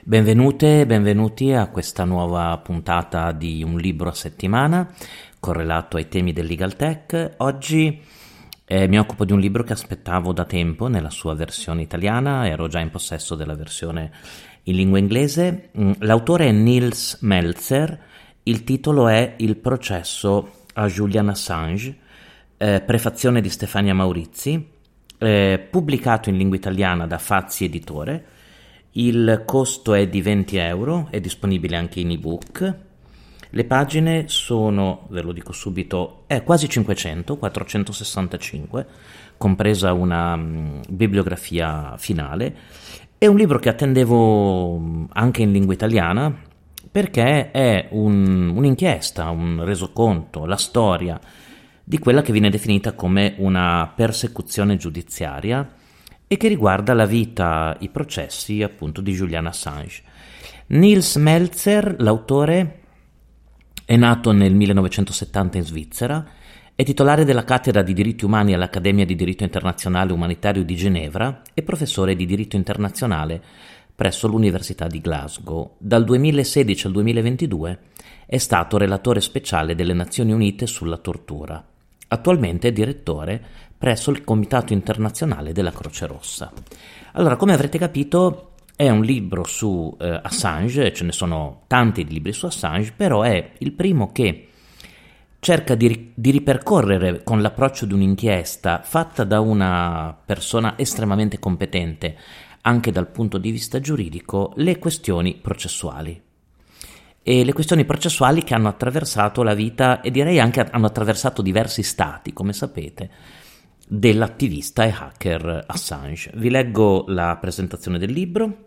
Benvenute e benvenuti a questa nuova puntata di Un libro a settimana, correlato ai temi del Legal Tech. Oggi mi occupo di un libro che aspettavo da tempo nella sua versione italiana, ero già in possesso della versione in lingua inglese. L'autore è Nils Melzer, il titolo è Il processo a Julian Assange, prefazione di Stefania Maurizi, pubblicato in lingua italiana da Fazzi Editore. Il costo è di 20 euro, è disponibile anche in ebook. Le pagine sono, ve lo dico subito, quasi 500, 465, compresa una bibliografia finale. È un libro che attendevo anche in lingua italiana perché è un'inchiesta, un resoconto, la storia di quella che viene definita come una persecuzione giudiziaria e che riguarda la vita, i processi appunto di Julian Assange. Nils Melzer, l'autore, è nato nel 1970 in Svizzera, è titolare della cattedra di diritti umani all'Accademia di diritto internazionale umanitario di Ginevra e professore di diritto internazionale presso l'Università di Glasgow. Dal 2016 al 2022 è stato relatore speciale delle Nazioni Unite sulla tortura. Attualmente è direttore presso il Comitato Internazionale della Croce Rossa. Allora, come avrete capito, è un libro su Assange, ce ne sono tanti di libri su Assange, però è il primo che cerca di ripercorrere con l'approccio di un'inchiesta fatta da una persona estremamente competente, anche dal punto di vista giuridico, le questioni processuali. E le questioni processuali che hanno attraversato la vita e direi anche hanno attraversato diversi stati, come sapete, dell'attivista e hacker Assange. Vi leggo la presentazione del libro.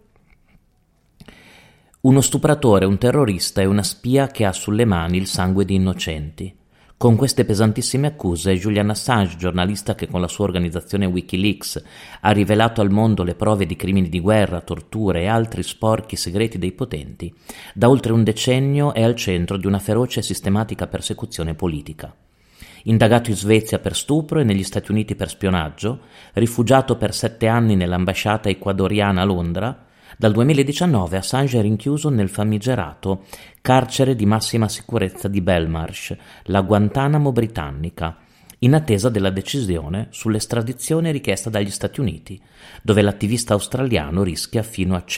Uno stupratore, un terrorista e una spia che ha sulle mani il sangue di innocenti. Con queste pesantissime accuse, Julian Assange, giornalista che con la sua organizzazione Wikileaks ha rivelato al mondo le prove di crimini di guerra, torture e altri sporchi segreti dei potenti, da oltre un decennio è al centro di una feroce e sistematica persecuzione politica. Indagato in Svezia per stupro e negli Stati Uniti per spionaggio, rifugiato per 7 anni nell'ambasciata ecuadoriana a Londra, dal 2019 Assange è rinchiuso nel famigerato carcere di massima sicurezza di Belmarsh, la Guantanamo britannica, in attesa della decisione sull'estradizione richiesta dagli Stati Uniti, dove l'attivista australiano rischia fino a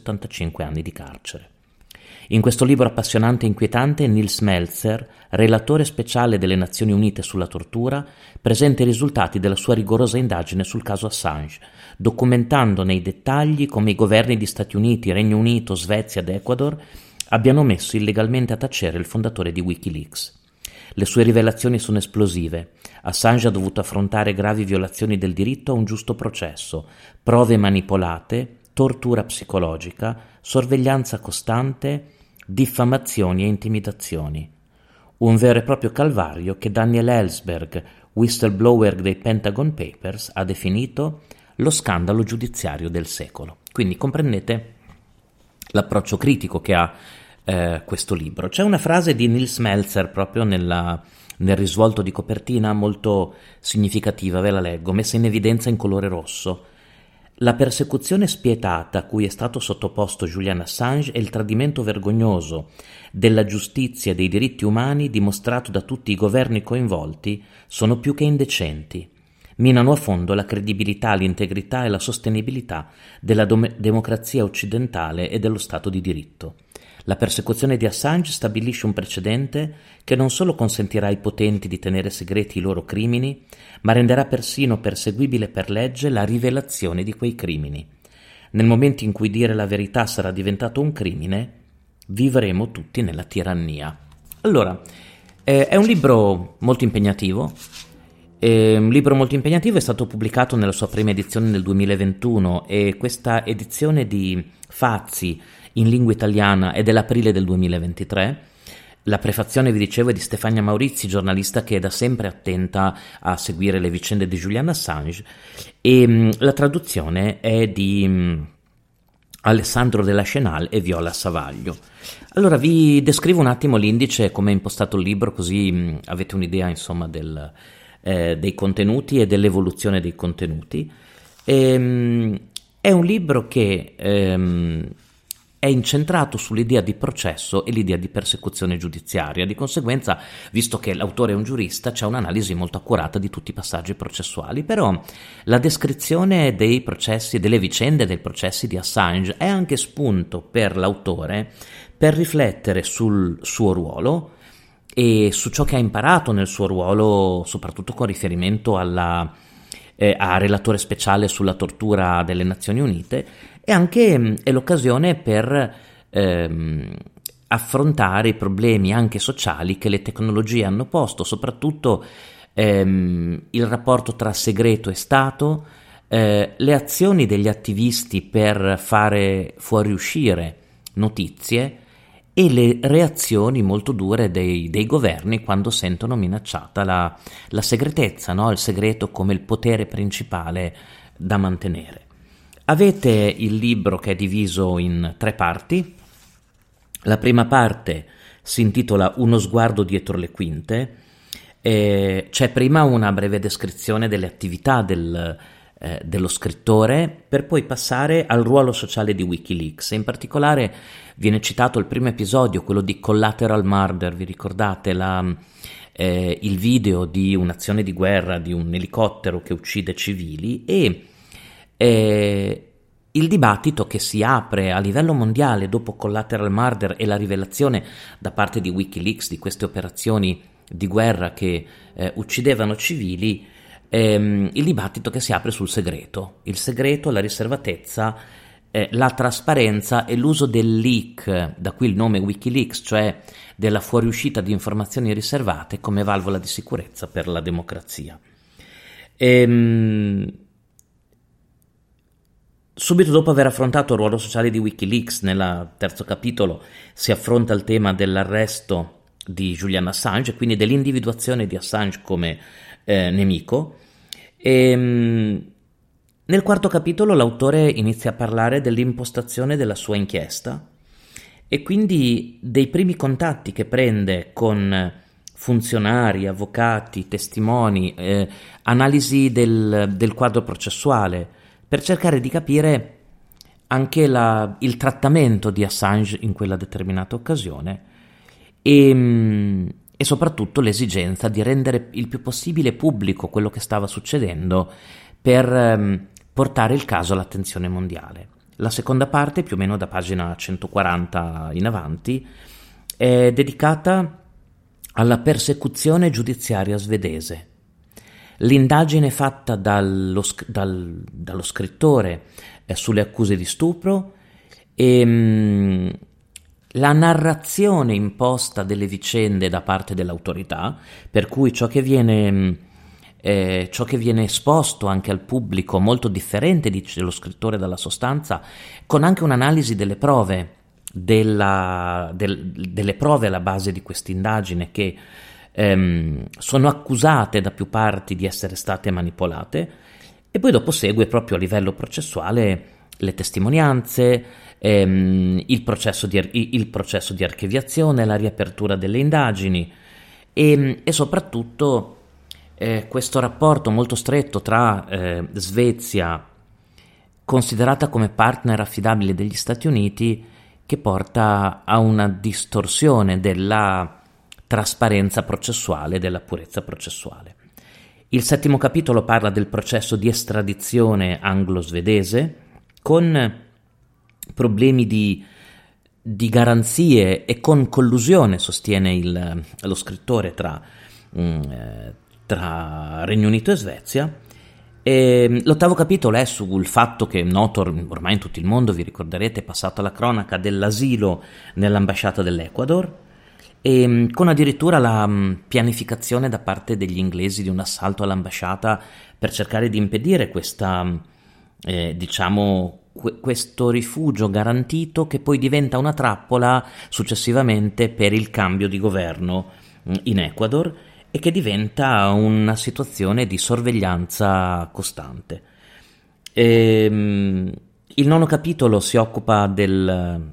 175 anni di carcere. In questo libro appassionante e inquietante, Nils Melzer, relatore speciale delle Nazioni Unite sulla tortura, presenta i risultati della sua rigorosa indagine sul caso Assange, documentando nei dettagli come i governi di Stati Uniti, Regno Unito, Svezia ed Ecuador abbiano messo illegalmente a tacere il fondatore di Wikileaks. Le sue rivelazioni sono esplosive. Assange ha dovuto affrontare gravi violazioni del diritto a un giusto processo, prove manipolate, tortura psicologica, sorveglianza costante, diffamazioni e intimidazioni. Un vero e proprio calvario che Daniel Ellsberg, whistleblower dei Pentagon Papers, ha definito lo scandalo giudiziario del secolo. Quindi comprendete l'approccio critico che ha questo libro. C'è una frase di Nils Melzer proprio nel risvolto di copertina molto significativa, ve la leggo, messa in evidenza in colore rosso. La persecuzione spietata a cui è stato sottoposto Julian Assange e il tradimento vergognoso della giustizia e dei diritti umani dimostrato da tutti i governi coinvolti sono più che indecenti. Minano a fondo la credibilità, l'integrità e la sostenibilità della democrazia occidentale e dello Stato di diritto. La persecuzione di Assange stabilisce un precedente che non solo consentirà ai potenti di tenere segreti i loro crimini, ma renderà persino perseguibile per legge la rivelazione di quei crimini. Nel momento in cui dire la verità sarà diventato un crimine, vivremo tutti nella tirannia. Allora, è un libro molto impegnativo. Un libro molto impegnativo, è stato pubblicato nella sua prima edizione nel 2021 e questa edizione di Fazzi in lingua italiana è dell'aprile del 2023. La prefazione, vi dicevo, è di Stefania Maurizi, giornalista che è da sempre attenta a seguire le vicende di Julian Assange, e la traduzione è di Alessandro Della Chenal e Viola Savaglio. Allora vi descrivo un attimo l'indice, come è impostato il libro, così avete un'idea insomma dei contenuti e dell'evoluzione dei contenuti. È un libro che è incentrato sull'idea di processo e l'idea di persecuzione giudiziaria. Di conseguenza, visto che l'autore è un giurista, c'è un'analisi molto accurata di tutti i passaggi processuali, però la descrizione dei processi, delle vicende dei processi di Assange è anche spunto per l'autore per riflettere sul suo ruolo e su ciò che ha imparato nel suo ruolo, soprattutto con riferimento a relatore speciale sulla tortura delle Nazioni Unite, e anche è l'occasione per affrontare i problemi anche sociali che le tecnologie hanno posto, soprattutto il rapporto tra segreto e Stato, le azioni degli attivisti per fare fuoriuscire notizie e le reazioni molto dure dei governi quando sentono minacciata la segretezza, no? Il segreto come il potere principale da mantenere. Avete il libro che è diviso in 3 parti. La prima parte si intitola Uno sguardo dietro le quinte. C'è prima una breve descrizione delle attività dello scrittore, per poi passare al ruolo sociale di Wikileaks. In particolare viene citato il primo episodio, quello di Collateral Murder, vi ricordate il video di un'azione di guerra di un elicottero che uccide civili, e il dibattito che si apre a livello mondiale dopo Collateral Murder e la rivelazione da parte di Wikileaks di queste operazioni di guerra che uccidevano civili, il dibattito che si apre sul segreto, il segreto, la riservatezza, la trasparenza e l'uso del leak, da qui il nome Wikileaks, cioè della fuoriuscita di informazioni riservate come valvola di sicurezza per la democrazia. Subito dopo aver affrontato il ruolo sociale di Wikileaks, nel terzo capitolo si affronta il tema dell'arresto di Julian Assange, quindi dell'individuazione di Assange come nemico. Nel quarto capitolo l'autore inizia a parlare dell'impostazione della sua inchiesta e quindi dei primi contatti che prende con funzionari, avvocati, testimoni, analisi del quadro processuale, per cercare di capire anche il trattamento di Assange in quella determinata occasione e soprattutto l'esigenza di rendere il più possibile pubblico quello che stava succedendo per portare il caso all'attenzione mondiale. La seconda parte, più o meno da pagina 140 in avanti, è dedicata alla persecuzione giudiziaria svedese. L'indagine fatta dallo scrittore sulle accuse di stupro e la narrazione imposta delle vicende da parte dell'autorità, per cui ciò che viene esposto anche al pubblico molto differente, dice lo scrittore, dalla sostanza, con anche un'analisi delle prove, delle prove alla base di quest'indagine che sono accusate da più parti di essere state manipolate, e poi dopo segue proprio a livello processuale le testimonianze, il processo di archiviazione, la riapertura delle indagini e soprattutto questo rapporto molto stretto tra Svezia, considerata come partner affidabile degli Stati Uniti, che porta a una distorsione della trasparenza processuale, della purezza processuale. Il settimo capitolo parla del processo di estradizione anglo-svedese, con problemi di garanzie e con collusione, sostiene lo scrittore, tra Regno Unito e Svezia. L'ottavo capitolo è sul fatto che, noto ormai in tutto il mondo, vi ricorderete, è passato alla cronaca, dell'asilo nell'ambasciata dell'Ecuador, e con addirittura la pianificazione da parte degli inglesi di un assalto all'ambasciata per cercare di impedire questo rifugio garantito, che poi diventa una trappola successivamente per il cambio di governo in Ecuador e che diventa una situazione di sorveglianza costante. Il nono capitolo si occupa del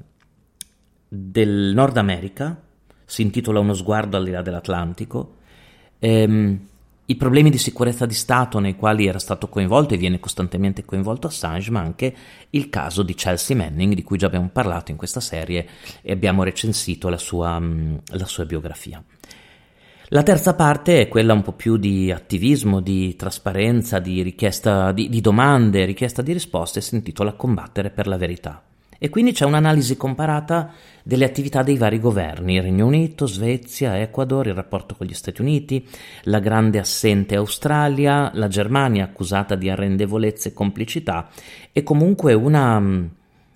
Nord America, si intitola Uno sguardo al di là dell'Atlantico, i problemi di sicurezza di Stato nei quali era stato coinvolto e viene costantemente coinvolto Assange, ma anche il caso di Chelsea Manning, di cui già abbiamo parlato in questa serie e abbiamo recensito la sua biografia. La terza parte è quella un po' più di attivismo, di trasparenza, di richiesta di domande, richiesta di risposte, si intitola Combattere per la verità. E quindi c'è un'analisi comparata delle attività dei vari governi, Regno Unito, Svezia, Ecuador, il rapporto con gli Stati Uniti, la grande assente Australia, la Germania accusata di arrendevolezza e complicità, e comunque una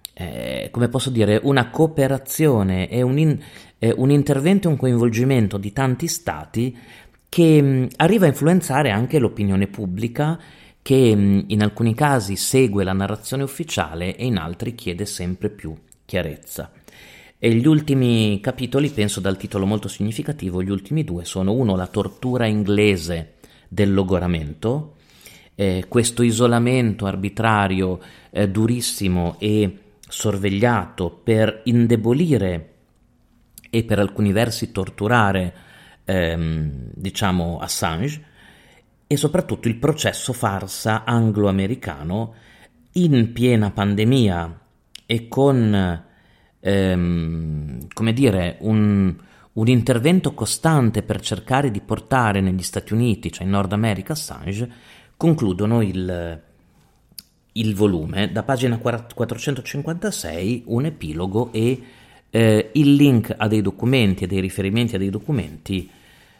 cooperazione e un intervento e un coinvolgimento di tanti stati che arriva a influenzare anche l'opinione pubblica, che in alcuni casi segue la narrazione ufficiale e in altri chiede sempre più chiarezza. E gli ultimi capitoli, penso dal titolo molto significativo, gli ultimi due sono: uno, la tortura inglese del logoramento, questo isolamento arbitrario, durissimo e sorvegliato per indebolire e per alcuni versi torturare Assange, e soprattutto il processo farsa anglo-americano in piena pandemia e con un intervento costante per cercare di portare negli Stati Uniti, cioè in Nord America, Assange. Concludono il volume da pagina 456, un epilogo e il link a dei documenti e dei riferimenti a dei documenti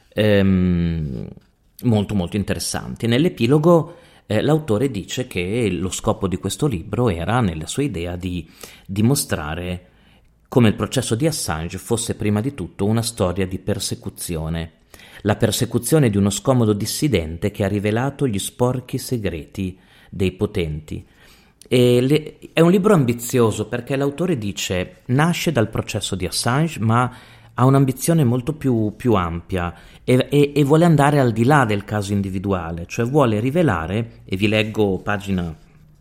molto molto interessanti. Nell'epilogo l'autore dice che lo scopo di questo libro era, nella sua idea, di dimostrare come il processo di Assange fosse prima di tutto una storia di persecuzione, la persecuzione di uno scomodo dissidente che ha rivelato gli sporchi segreti dei potenti. È un libro ambizioso perché l'autore dice nasce dal processo di Assange, ma ha un'ambizione molto più ampia e vuole andare al di là del caso individuale, cioè vuole rivelare, e vi leggo pagina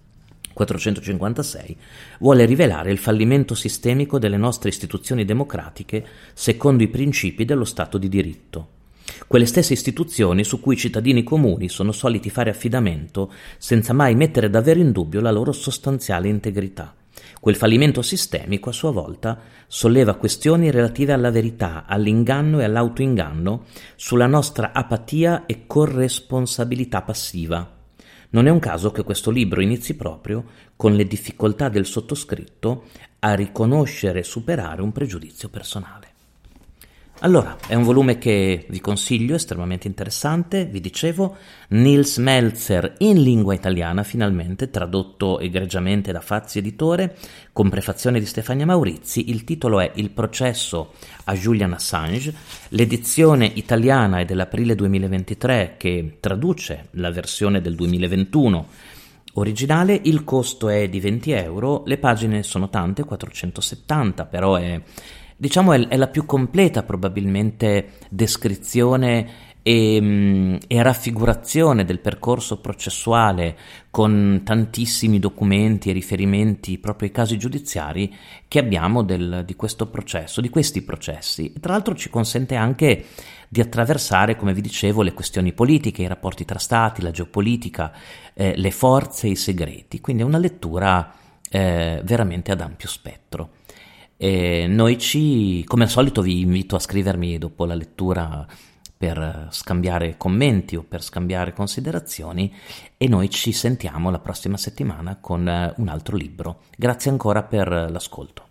456, vuole rivelare il fallimento sistemico delle nostre istituzioni democratiche secondo i principi dello Stato di diritto. Quelle stesse istituzioni su cui i cittadini comuni sono soliti fare affidamento senza mai mettere davvero in dubbio la loro sostanziale integrità. Quel fallimento sistemico, a sua volta, solleva questioni relative alla verità, all'inganno e all'autoinganno, sulla nostra apatia e corresponsabilità passiva. Non è un caso che questo libro inizi proprio con le difficoltà del sottoscritto a riconoscere e superare un pregiudizio personale. Allora, è un volume che vi consiglio, estremamente interessante, vi dicevo, Nils Melzer in lingua italiana, finalmente, tradotto egregiamente da Fazzi Editore, con prefazione di Stefania Maurizi. Il titolo è Il processo a Julian Assange, l'edizione italiana è dell'aprile 2023 che traduce la versione del 2021 originale, il costo è di 20 euro, le pagine sono tante, 470, però è la più completa probabilmente descrizione e raffigurazione del percorso processuale, con tantissimi documenti e riferimenti proprio ai casi giudiziari che abbiamo di questo processo, di questi processi. E tra l'altro ci consente anche di attraversare, come vi dicevo, le questioni politiche, i rapporti tra stati, la geopolitica, le forze e i segreti. Quindi è una lettura veramente ad ampio spettro. Come al solito vi invito a scrivermi dopo la lettura per scambiare commenti o per scambiare considerazioni, e noi ci sentiamo la prossima settimana con un altro libro. Grazie ancora per l'ascolto.